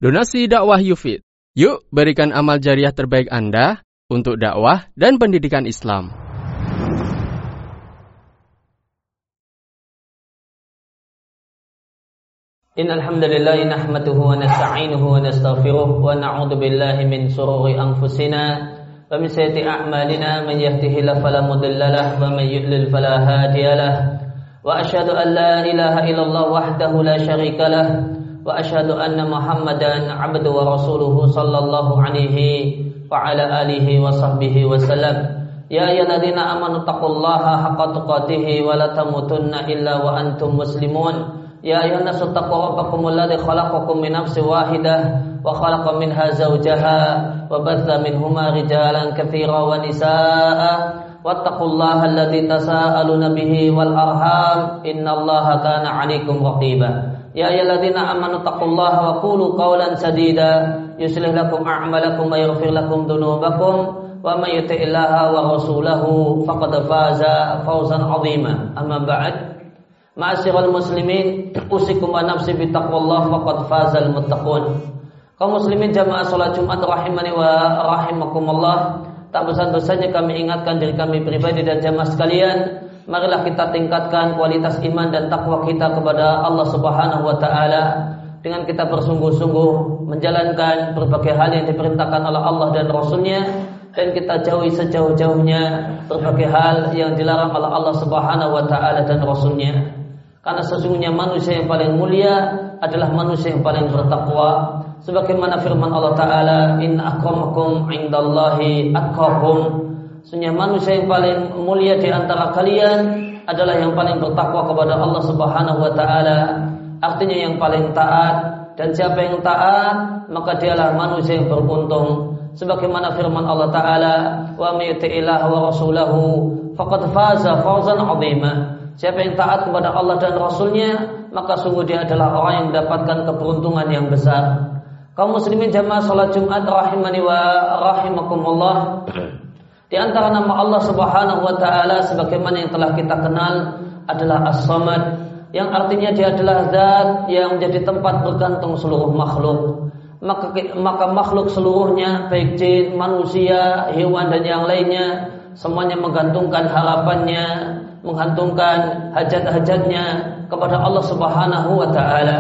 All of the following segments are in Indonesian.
Donasi dakwah Yufid. Yuk berikan amal jariah terbaik Anda untuk dakwah dan pendidikan Islam. Innal hamdalillah nahmaduhu wa nasta'inuhu wa nastaghfiruh wa na'udzu billahi min shururi anfusina wa min sayyiati a'malina man yahdihillahu fala mudilla lahu wa man yudlil fala hadiya lahu wa asyhadu an la ilaha illallah wahdahu la syarika lahu wa asyhadu anna Muhammadan 'abduhu wa rasuluhu sallallahu alaihi wa ala alihi wa sahbihi wa sallam. Ya ayyuhalladzina amanu taqullaha haqqa tuqatih wa la tamutunna illa wa antum muslimun. Ya ayuhan nasu taqu rabbakumul ladzi khalaqakum min nafsin wahidah wa khalaqa minha zawjaha wa batha minhuma rijalan katsiran wa nisaa'a wattaqullaha alladzi tasaaluna bihi wal arham innallaha kana 'alaikum raqiba. Ya ayyuhalladzina amanu taqullaha wa qulu qawlan sadida yuslih lakum a'malakum wa yaghfir lakum dhunubakum wa may yuti'illaha wa rasulahu faqad faza fawzan 'azima. Amma ba'd. Ma'asyiral muslimin, usikum wa nafsi bi taqwallah faqad fazal muttaqun. Kaum muslimin jamaah salat Jumat rahimani wa rahimakumullah, tak bosan-bosannya kami ingatkan diri kami pribadi dan jamaah sekalian, marilah kita tingkatkan kualitas iman dan takwa kita kepada Allah Subhanahu wa taala dengan kita bersungguh-sungguh menjalankan berbagai hal yang diperintahkan oleh Allah dan Rasul-Nya, dan kita jauhi sejauh-jauhnya berbagai hal yang dilarang oleh Allah Subhanahu wa taala dan Rasul-Nya. Karena sesungguhnya manusia yang paling mulia adalah manusia yang paling bertakwa. Sebagaimana firman Allah Ta'ala, inna akramakum indallahi atqakum. Sesungguhnya manusia yang paling mulia di antara kalian adalah yang paling bertakwa kepada Allah Subhanahu wa Ta'ala. Artinya yang paling taat. Dan siapa yang taat, maka dialah manusia yang beruntung. Sebagaimana firman Allah Ta'ala, wa may yuti'illaha wa rasulahu faqad faza fawzan 'azima. Siapa yang taat kepada Allah dan Rasul-Nya, maka sungguh dia adalah orang yang mendapatkan keberuntungan yang besar. Kaum muslimin jamaah salat Jumat rahimani wa rahimakumullah, di antara nama Allah Subhanahu wa taala sebagaimana yang telah kita kenal adalah As-Samad, yang artinya dia adalah zat yang menjadi tempat bergantung seluruh makhluk. Maka makhluk seluruhnya, baik jin, manusia, hewan dan yang lainnya, semuanya menggantungkan harapannya, menggantungkan hajat-hajatnya kepada Allah Subhanahu wa taala.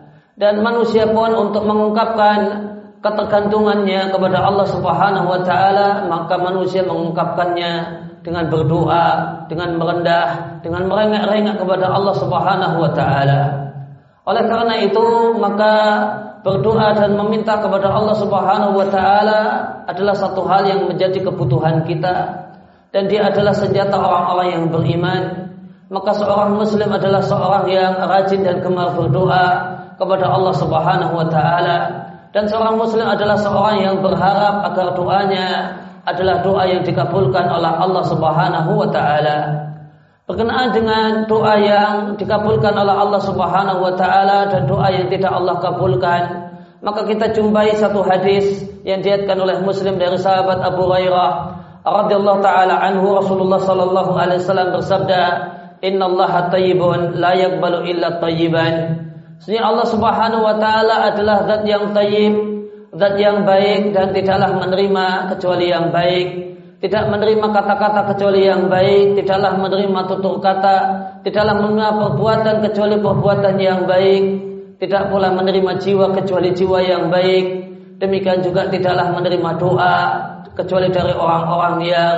Dan manusia pun untuk mengungkapkan ketergantungannya kepada Allah Subhanahu wa taala, maka manusia mengungkapkannya dengan berdoa, dengan merendah, dengan merengek-rengek kepada Allah Subhanahu wa taala. Oleh karena itu, maka berdoa dan meminta kepada Allah Subhanahu wa taala adalah satu hal yang menjadi kebutuhan kita, dan dia adalah senjata orang-orang yang beriman. Maka seorang muslim adalah seorang yang rajin dan gemar berdoa kepada Allah Subhanahu wa taala, dan seorang muslim adalah seorang yang berharap agar doanya adalah doa yang dikabulkan oleh Allah Subhanahu wa taala. Berkenaan dengan doa yang dikabulkan oleh Allah Subhanahu wa taala dan doa yang tidak Allah kabulkan, maka kita jumpai satu hadis yang diriwayatkan oleh Muslim dari sahabat Abu Hurairah radhiyallahu taala anhu. Rasulullah sallallahu alaihi wasallam bersabda, "Innallaha thayyibun la yaqbalu illa thayyiban." Sesungguhnya Allah Subhanahu wa taala adalah zat yang thayyib, zat yang baik, dan tidaklah menerima kecuali yang baik. Tidak menerima kata-kata kecuali yang baik, tidaklah menerima tutur kata, tidaklah menerima perbuatan kecuali perbuatan yang baik, tidak pula menerima jiwa kecuali jiwa yang baik. Demikian juga tidaklah menerima doa kecuali dari orang-orang yang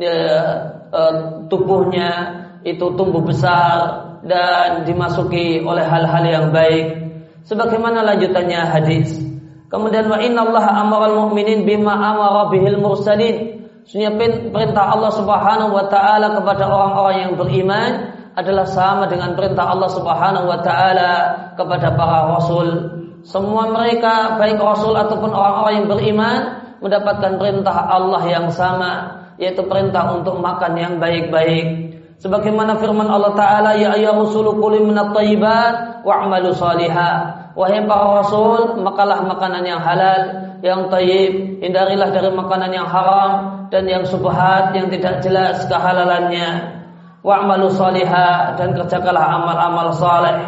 tubuhnya itu tumbuh besar dan dimasuki oleh hal-hal yang baik. Sebagaimana lanjutannya hadis. Kemudian wa innallaha amaral mu'minin bima amara bihil mursalin. Sesungguhnya perintah Allah Subhanahu wa taala kepada orang-orang yang beriman adalah sama dengan perintah Allah Subhanahu wa taala kepada para rasul. Semua mereka, baik rasul ataupun orang-orang yang beriman, mendapatkan perintah Allah yang sama, yaitu perintah untuk makan yang baik-baik. Sebagaimana firman Allah Ta'ala, ya ayyuhar rusulu kulu minat thayyibat wa'malu salihah. Wahai para rasul, makalah makanan yang halal, yang thayyib, hindarilah dari makanan yang haram dan yang subhat, yang tidak jelas kehalalannya. Wa'malu salihah, dan kerjakanlah amal-amal saleh.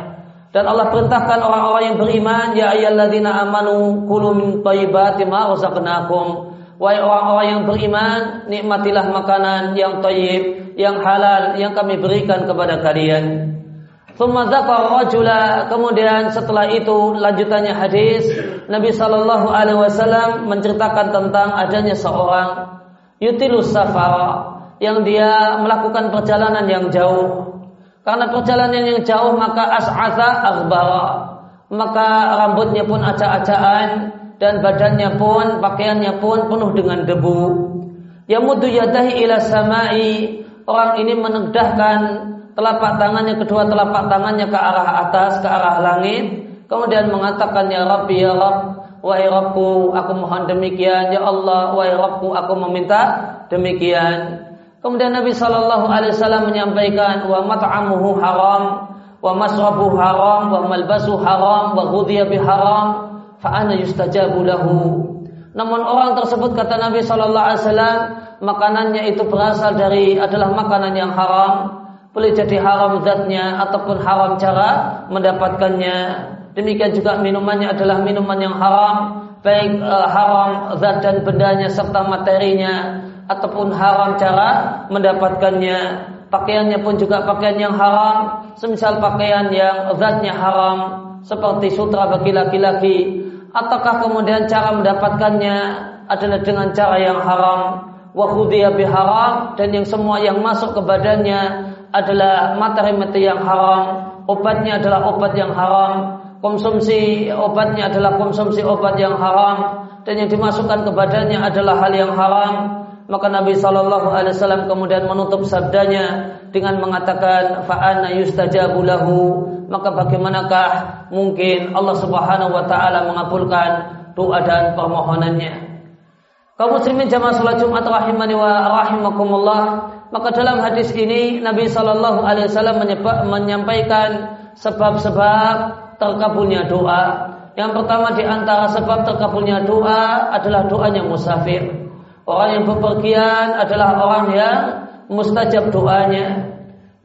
Dan Allah perintahkan orang-orang yang beriman, ya ayyuhalladzina amanu kulu min thayyibati ma razaqnakum. Wahai orang-orang yang beriman, nikmatilah makanan yang thayyib, yang halal yang kami berikan kepada kalian. Tsumma dzakara rajula, kemudian setelah itu lanjutannya hadis Nabi sallallahu alaihi wasallam menceritakan tentang adanya seorang yutilus safara, yang dia melakukan perjalanan yang jauh. Karena perjalanan yang jauh maka as'atha aghbara, maka rambutnya pun acak-acakan dan badannya pun, pakaiannya pun penuh dengan debu. Yamuddu yadahi ila samai, orang ini menegdahkan telapak tangannya, kedua telapak tangannya ke arah atas, ke arah langit, kemudian mengatakan ya Rabbi ya Rabb, wahai Rabbku aku mohon demikian, ya Allah wahai Rabbku aku meminta demikian. Kemudian Nabi sallallahu alaihi wasallam menyampaikan wa mat'amuhu haram wa masrabuhu haram wa malbasuhu haram wa ghudhiya biharam fa ana yustajabu lahu. Namun orang tersebut, kata Nabi sallallahu alaihi wasallam, makanannya itu berasal dari adalah makanan yang haram. Boleh jadi haram zatnya ataupun haram cara mendapatkannya. Demikian juga minumannya adalah minuman yang haram, baik haram zat dan bendanya serta materinya, ataupun haram cara mendapatkannya. Pakaiannya pun juga pakaian yang haram, semisal pakaian yang zatnya haram seperti sutra bagi laki-laki, ataukah kemudian cara mendapatkannya adalah dengan cara yang haram. Wa khudhiya biharam, dan yang semua yang masuk ke badannya adalah materi-materi yang haram, obatnya adalah obat yang haram, konsumsi obatnya adalah konsumsi obat yang haram, dan yang dimasukkan ke badannya adalah hal yang haram. Maka Nabi sallallahu alaihi wasallam kemudian menutup sabdanya dengan mengatakan fa anna yustajabu lahu, maka bagaimanakah mungkin Allah Subhanahu wa taala mengabulkan doa dan permohonannya. Kaum muslimin jamaah salat Jumat rahimani wa rahimakumullah, maka dalam hadis ini Nabi sallallahu alaihi wasallam menyampaikan sebab-sebab terkabulnya doa. Yang pertama di antara sebab terkabulnya doa adalah doanya musafir. Orang yang bepergian adalah orang yang mustajab doanya.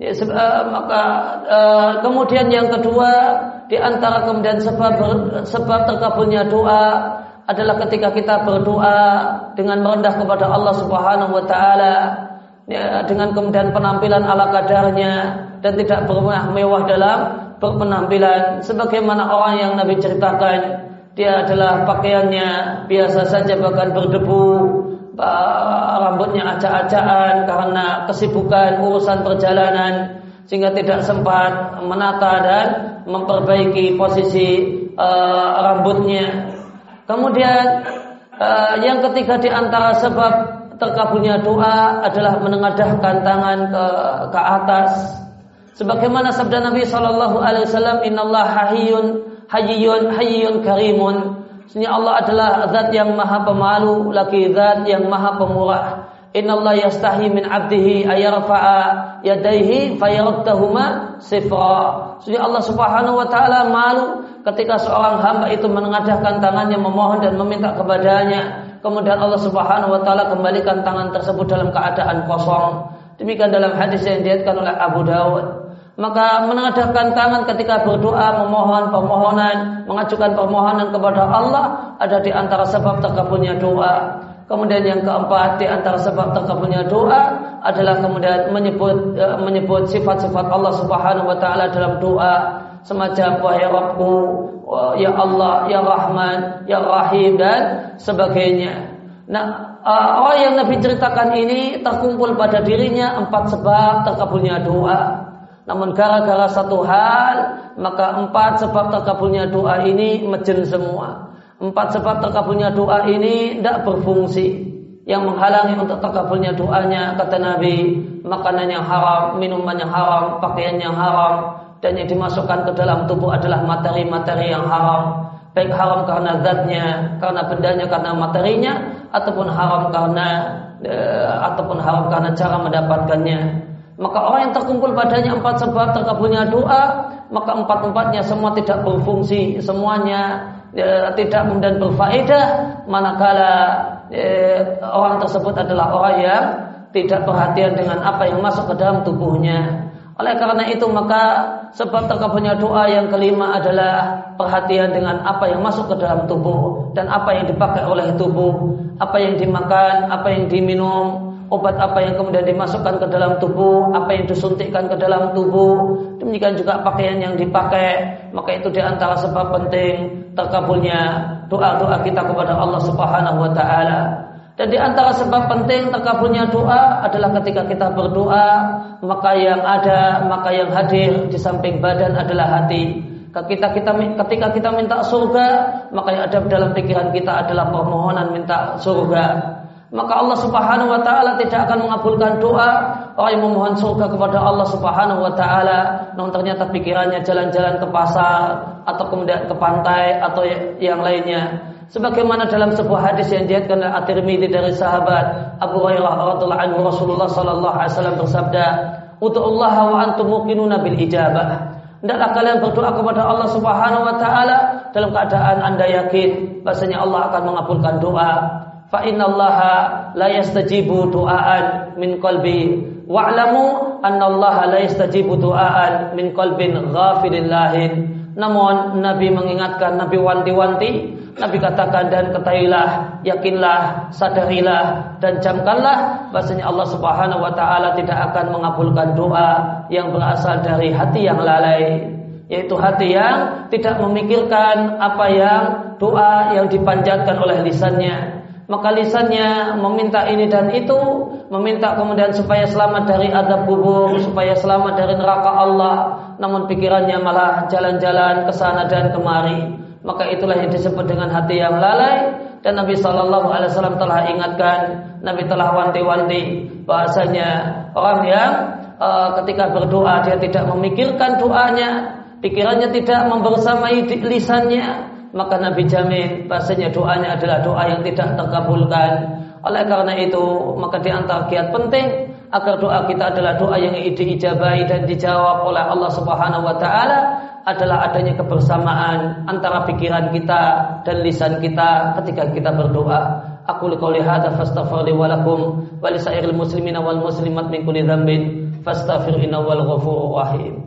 Kemudian yang kedua di antara kemudian sebab terkabulnya doa adalah ketika kita berdoa dengan merendah kepada Allah Subhanahu wa taala, ya, dengan kemudian penampilan ala kadarnya dan tidak bermewah dalam berpenampilan, sebagaimana orang yang Nabi ceritakan dia adalah pakaiannya biasa saja bahkan berdebu, rambutnya acak-acakan karena kesibukan urusan perjalanan sehingga tidak sempat menata dan memperbaiki posisi rambutnya. Kemudian yang ketiga di antara sebab terkabulnya doa adalah menengadahkan tangan ke atas. Sebagaimana sabda Nabi sallallahu alaihi wasallam, innallaha hayyun karimun. Sesungguhnya Allah adalah zat yang maha pemalu lagi zat yang maha pemurah. Innallaha yastahi min 'abdihi ayarfa'a yadayhi fayaruddahuma sifra. Sesungguhnya Allah Subhanahu wa taala malu ketika seorang hamba itu menengadahkan tangannya memohon dan meminta kepadanya, kemudian Allah Subhanahu wa taala kembalikan tangan tersebut dalam keadaan kosong. Demikian dalam hadis yang diriwayatkan oleh Abu Dawud. Maka menengadahkan tangan ketika berdoa, memohon permohonan, mengajukan permohonan kepada Allah ada di antara sebab terkabulnya doa. Kemudian yang keempat di antara sebab terkabulnya doa adalah kemudian menyebut sifat-sifat Allah Subhanahu wa taala dalam doa, semacam wahai Rabbku, ya Allah, ya Rahman, ya Rahim dan sebagainya. Nah, orang yang Nabi ceritakan ini terkumpul pada dirinya 4 sebab terkabulnya doa. Namun gara-gara satu hal, maka 4 sebab terkabulnya doa ini mejen semua. 4 sebab terkabulnya doa ini tidak berfungsi. Yang menghalangi untuk terkabulnya doanya, kata Nabi, makanan yang haram, minuman yang haram, pakaian yang haram, dan yang dimasukkan ke dalam tubuh adalah materi-materi yang haram. Baik haram karena zatnya, karena bendanya, karena materinya, ataupun haram karena cara mendapatkannya. Maka orang yang terkumpul padanya 4 sebab terkabulnya doa, maka 4-4-nya semua tidak berfungsi, semuanya tidak kemudian berfaedah, manakala orang tersebut adalah orang yang tidak perhatian dengan apa yang masuk ke dalam tubuhnya. Oleh karena itu maka sebab terkabulnya doa yang kelima adalah perhatian dengan apa yang masuk ke dalam tubuh dan apa yang dipakai oleh tubuh, apa yang dimakan, apa yang diminum, obat apa yang kemudian dimasukkan ke dalam tubuh, apa yang disuntikkan ke dalam tubuh, demikian juga pakaian yang dipakai. Maka itu diantara sebab penting terkabulnya doa-doa kita kepada Allah Subhanahu wa Ta'ala. Dan di antara sebab penting terkabulnya doa adalah ketika kita berdoa, maka yang ada, maka yang hadir di samping badan adalah hati. Ketika kita minta surga, maka yang ada dalam pikiran kita adalah permohonan minta surga. Maka Allah Subhanahu wa Ta'ala tidak akan mengabulkan doa orang yang memohon surga kepada Allah Subhanahu wa Ta'ala, namun ternyata pikirannya jalan-jalan ke pasar atau kemudian ke pantai atau yang lainnya. Sebagaimana dalam sebuah hadis yang diriwayatkan oleh At-Tirmidzi dari sahabat Abu Hurairah radhiyallahu anhu, Rasulullah sallallahu alaihi wasallam bersabda, "Ud'ullaha wa antum muqinuna bil ijabah." Hendaklah kalian berdoa kepada Allah Subhanahu wa Ta'ala dalam keadaan Anda yakin bahasanya Allah akan mengabulkan doa. Fa innallaha la yastajibu du'aan min qalbi wa'lamu annallaha la yastajibu du'aan min qalbin ghafilin lahin. Namun Nabi mengingatkan, Nabi wanti-wanti, Nabi katakan dan ketahuilah, yakinlah, sadarilah dan camkanlah bahasanya Allah Subhanahu wa Ta'ala tidak akan mengabulkan doa yang berasal dari hati yang lalai, yaitu hati yang tidak memikirkan apa yang doa yang dipanjatkan oleh lisannya. Maka lisannya meminta ini dan itu, meminta kemudian supaya selamat dari azab kubur, supaya selamat dari neraka Allah, namun pikirannya malah jalan-jalan ke sana dan kemari. Maka itulah yang disebut dengan hati yang lalai. Dan Nabi sallallahu alaihi wasallam telah ingatkan, Nabi telah wanti-wanti bahasanya orang yang ketika berdoa dia tidak memikirkan doanya, pikirannya tidak membersamai lisannya, maka Nabi jamin bahasanya doanya adalah doa yang tidak terkabulkan. Oleh karena itu, maka di antara kiat penting agar doa kita adalah doa yang diijabahi dan dijawab oleh Allah Subhanahu wa Ta'ala adalah adanya kebersamaan antara pikiran kita dan lisan kita ketika kita berdoa. Aku qouli hadza fastaghfiru wa lakum wa lisairil muslimina wal muslimat min kulli dhanbin fastaghfiru innahu wal ghafurur rahim.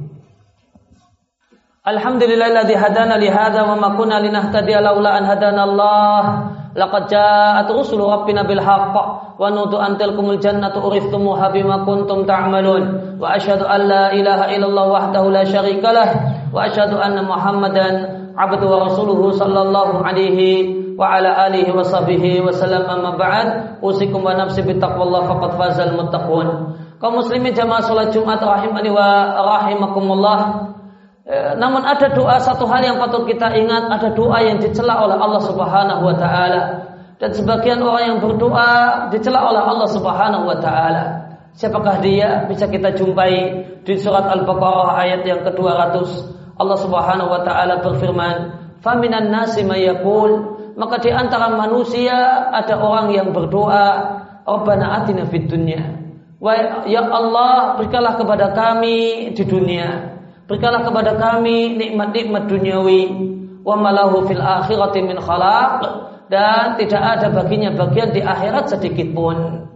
Alhamdulillahilladzi hadana li hadza wa ma kunna linahtadiya laula an hadana Allah. Laqad ja'at rusulu rabbina bil haqq wa nudu an tilkumul jannatu uristumuha bima kuntum ta'malun wa asyhadu an la ilaha illallah wahdahu la syarika lah wa asyhadu anna Muhammadan abduhu wa rasuluhu sallallahu alaihi wa ala alihi wa sahbihi wa sallam. Amma ba'd, usikum wa nafsi bittaqwallah faqad fazal muttaqun. Kaum muslimin jamaah salat Jumat rahimani wa rahimakumullah. Namun ada doa, satu hal yang patut kita ingat, ada doa yang dicela oleh Allah Subhanahu wa Ta'ala, dan sebagian orang yang berdoa dicela oleh Allah Subhanahu wa Ta'ala. Siapakah dia? Bisa kita jumpai di surat Al-Baqarah ayat yang ke-200. Allah Subhanahu wa Ta'ala berfirman, "Faminan nasi may yaqul," maka di antara manusia ada orang yang berdoa, "Rabbana atina fid dunya." Wa ya Allah, berikanlah kepada kami di dunia, berikanlah kepada kami nikmat-nikmat duniawi, wa malahu fil akhirati min khalaq, dan tidak ada baginya bagian di akhirat sedikit pun.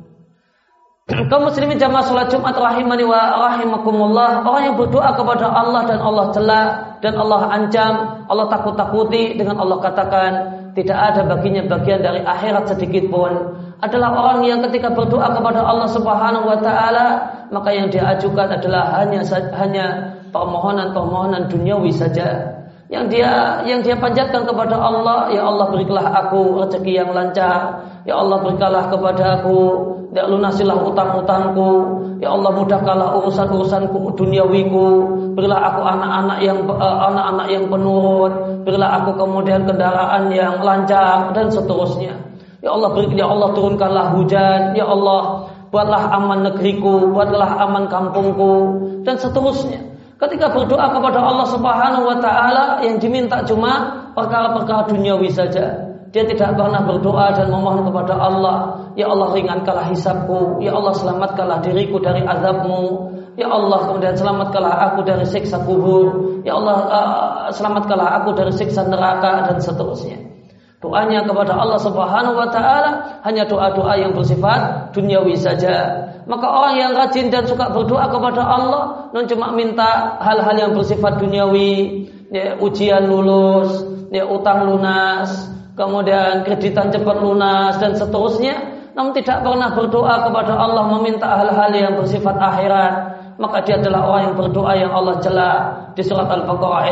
Kaum muslimin jamaah salat Jumat rahimani wa rahimakumullah, orang yang berdoa kepada Allah dan Allah cela dan Allah ancam, Allah takut-takuti dengan Allah katakan tidak ada baginya bagian dari akhirat sedikit pun, adalah orang yang ketika berdoa kepada Allah Subhanahu wa Ta'ala, maka yang dia ajukan adalah hanya permohonan-permohonan duniawi saja. Yang dia panjatkan kepada Allah, ya Allah berikanlah aku rezeki yang lancar, ya Allah berikanlah kepada aku, ya lunasilah utang-utangku, ya Allah mudahkanlah urusan-urusanku duniawiku, berilah aku anak-anak yang penurut, berilah aku kemudian kendaraan yang lancar dan seterusnya. Ya Allah turunkanlah hujan, ya Allah buatlah aman negeriku, buatlah aman kampungku dan seterusnya. Ketika berdoa kepada Allah Subhanahu wa Ta'ala, yang diminta cuma perkara-perkara duniawi saja. Dia tidak pernah berdoa dan memohon kepada Allah, ya Allah ringankanlah hisabku, ya Allah selamatkanlah diriku dari azabmu, ya Allah kemudian selamatkanlah aku dari siksa kubur, ya Allah selamatkanlah aku dari siksa neraka dan seterusnya. Doanya kepada Allah Subhanahu wa Ta'ala hanya doa-doa yang bersifat duniawi saja. Maka orang yang rajin dan suka berdoa kepada Allah, non cuma minta hal-hal yang bersifat duniawi, ya, ujian lulus, ya, utang lunas, kemudian kreditan cepat lunas dan seterusnya, namun tidak pernah berdoa kepada Allah meminta hal-hal yang bersifat akhirat, maka dia adalah orang yang berdoa yang Allah cela di surat Al-Baqarah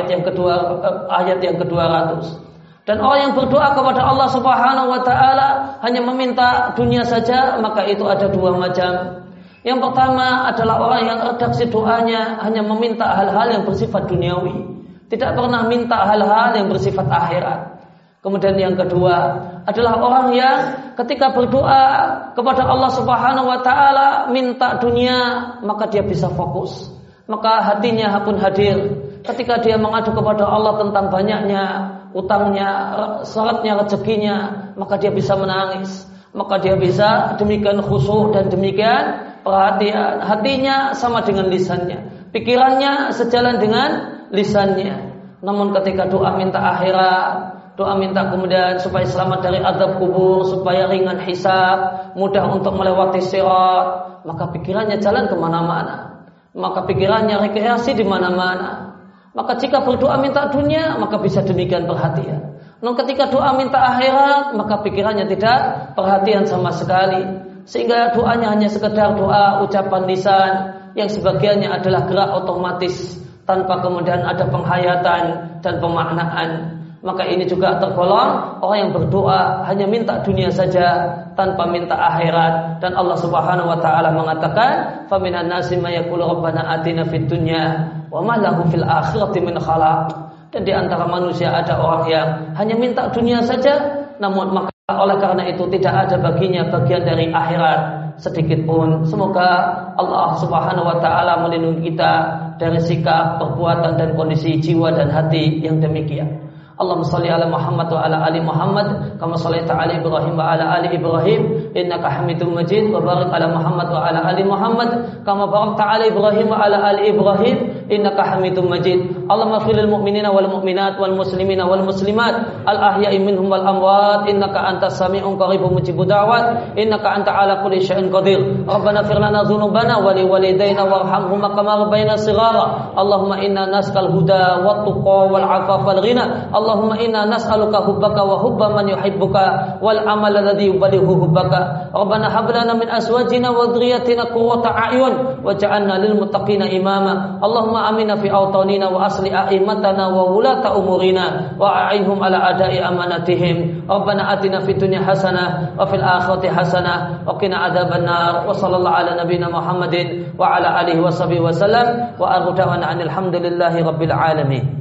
ayat yang ke-200. Dan orang yang berdoa kepada Allah Subhanahu wa taala hanya meminta dunia saja, maka itu ada dua macam. Yang pertama adalah orang yang redaksi doanya hanya meminta hal-hal yang bersifat duniawi, tidak pernah minta hal-hal yang bersifat akhirat. Kemudian yang kedua adalah orang yang ketika berdoa kepada Allah Subhanahu wa taala minta dunia, maka dia bisa fokus, maka hatinya pun hadir. Ketika dia mengadu kepada Allah tentang banyaknya utangnya, syaratnya, rezekinya, maka dia bisa menangis, maka dia bisa demikian khusyuk dan demikian perhatian. Hatinya sama dengan lisannya, pikirannya sejalan dengan lisannya. Namun ketika doa minta akhirat, doa minta kemudian supaya selamat dari azab kubur, supaya ringan hisab, mudah untuk melewati sirat, maka pikirannya jalan kemana-mana, maka pikirannya rekreasi di mana-mana. Maka jika berdoa minta dunia, maka bisa demikian perhatian. Namun ketika doa minta akhirat, maka pikirannya tidak perhatian sama sekali, sehingga doanya hanya sekedar doa ucapan lisan yang sebagiannya adalah gerak otomatis tanpa kemudian ada penghayatan dan pemaknaan. Maka ini juga tergolong orang yang berdoa hanya minta dunia saja tanpa minta akhirat. Dan Allah Subhanahu wa taala mengatakan, "Faminan nasi may yaqulu rabbana atina fid dunya wa ma lahu fil akhirati min khalaq." Dan di antara manusia ada orang yang hanya minta dunia saja, namun maka oleh karena itu tidak ada baginya bagian dari akhirat sedikit pun. Semoga Allah Subhanahu wa taala melindungi kita dari sikap, perbuatan dan kondisi jiwa dan hati yang demikian. Allahumma shalli ala Muhammad wa ala ali Muhammad kama shallaita ala Ibrahim wa ala ali Ibrahim innaka Hamidum Majid, wa barik ala Muhammad wa ala ali Muhammad kama barakta ala Ibrahim wa ala ali Ibrahim innaka Hamidum Majid. Allahumma ighfir lil mu'minina wal mu'minat wal muslimina wal muslimat al ahya'i minhum wal amwat innaka antas sami'un qaribun mujibud da'wat innaka anta ala kulli syai'in qadir. Rabbana ighfir lana dhunubana wa li walidayna warhamhuma kama rabbayana shighara. Allahumma inna nas'al huda wat tuqa wal 'afafa wal ghina. Allahumma inna nas'aluka hubbaka wa hubba man yuhibbuka wal amal alladhi yuballighu hubbaka. Rabbana hab lana min azwajina wa dhurriyyatina qurrata a'yun waj'alna lil muttaqina imama. Allahumma amina fi awtanina wa asli a'immatana wa wulata umurina wa a'inhum ala ada'i amanatihim. Rabbana atina fid dunya hasanah wa fil akhirati hasanah wa qina adzabannar. Wa sallallahu ala nabiyyina Muhammadin wa ala alihi wa sahbihi wa sallam wa aqulu alhamdulillahi rabbil alamin.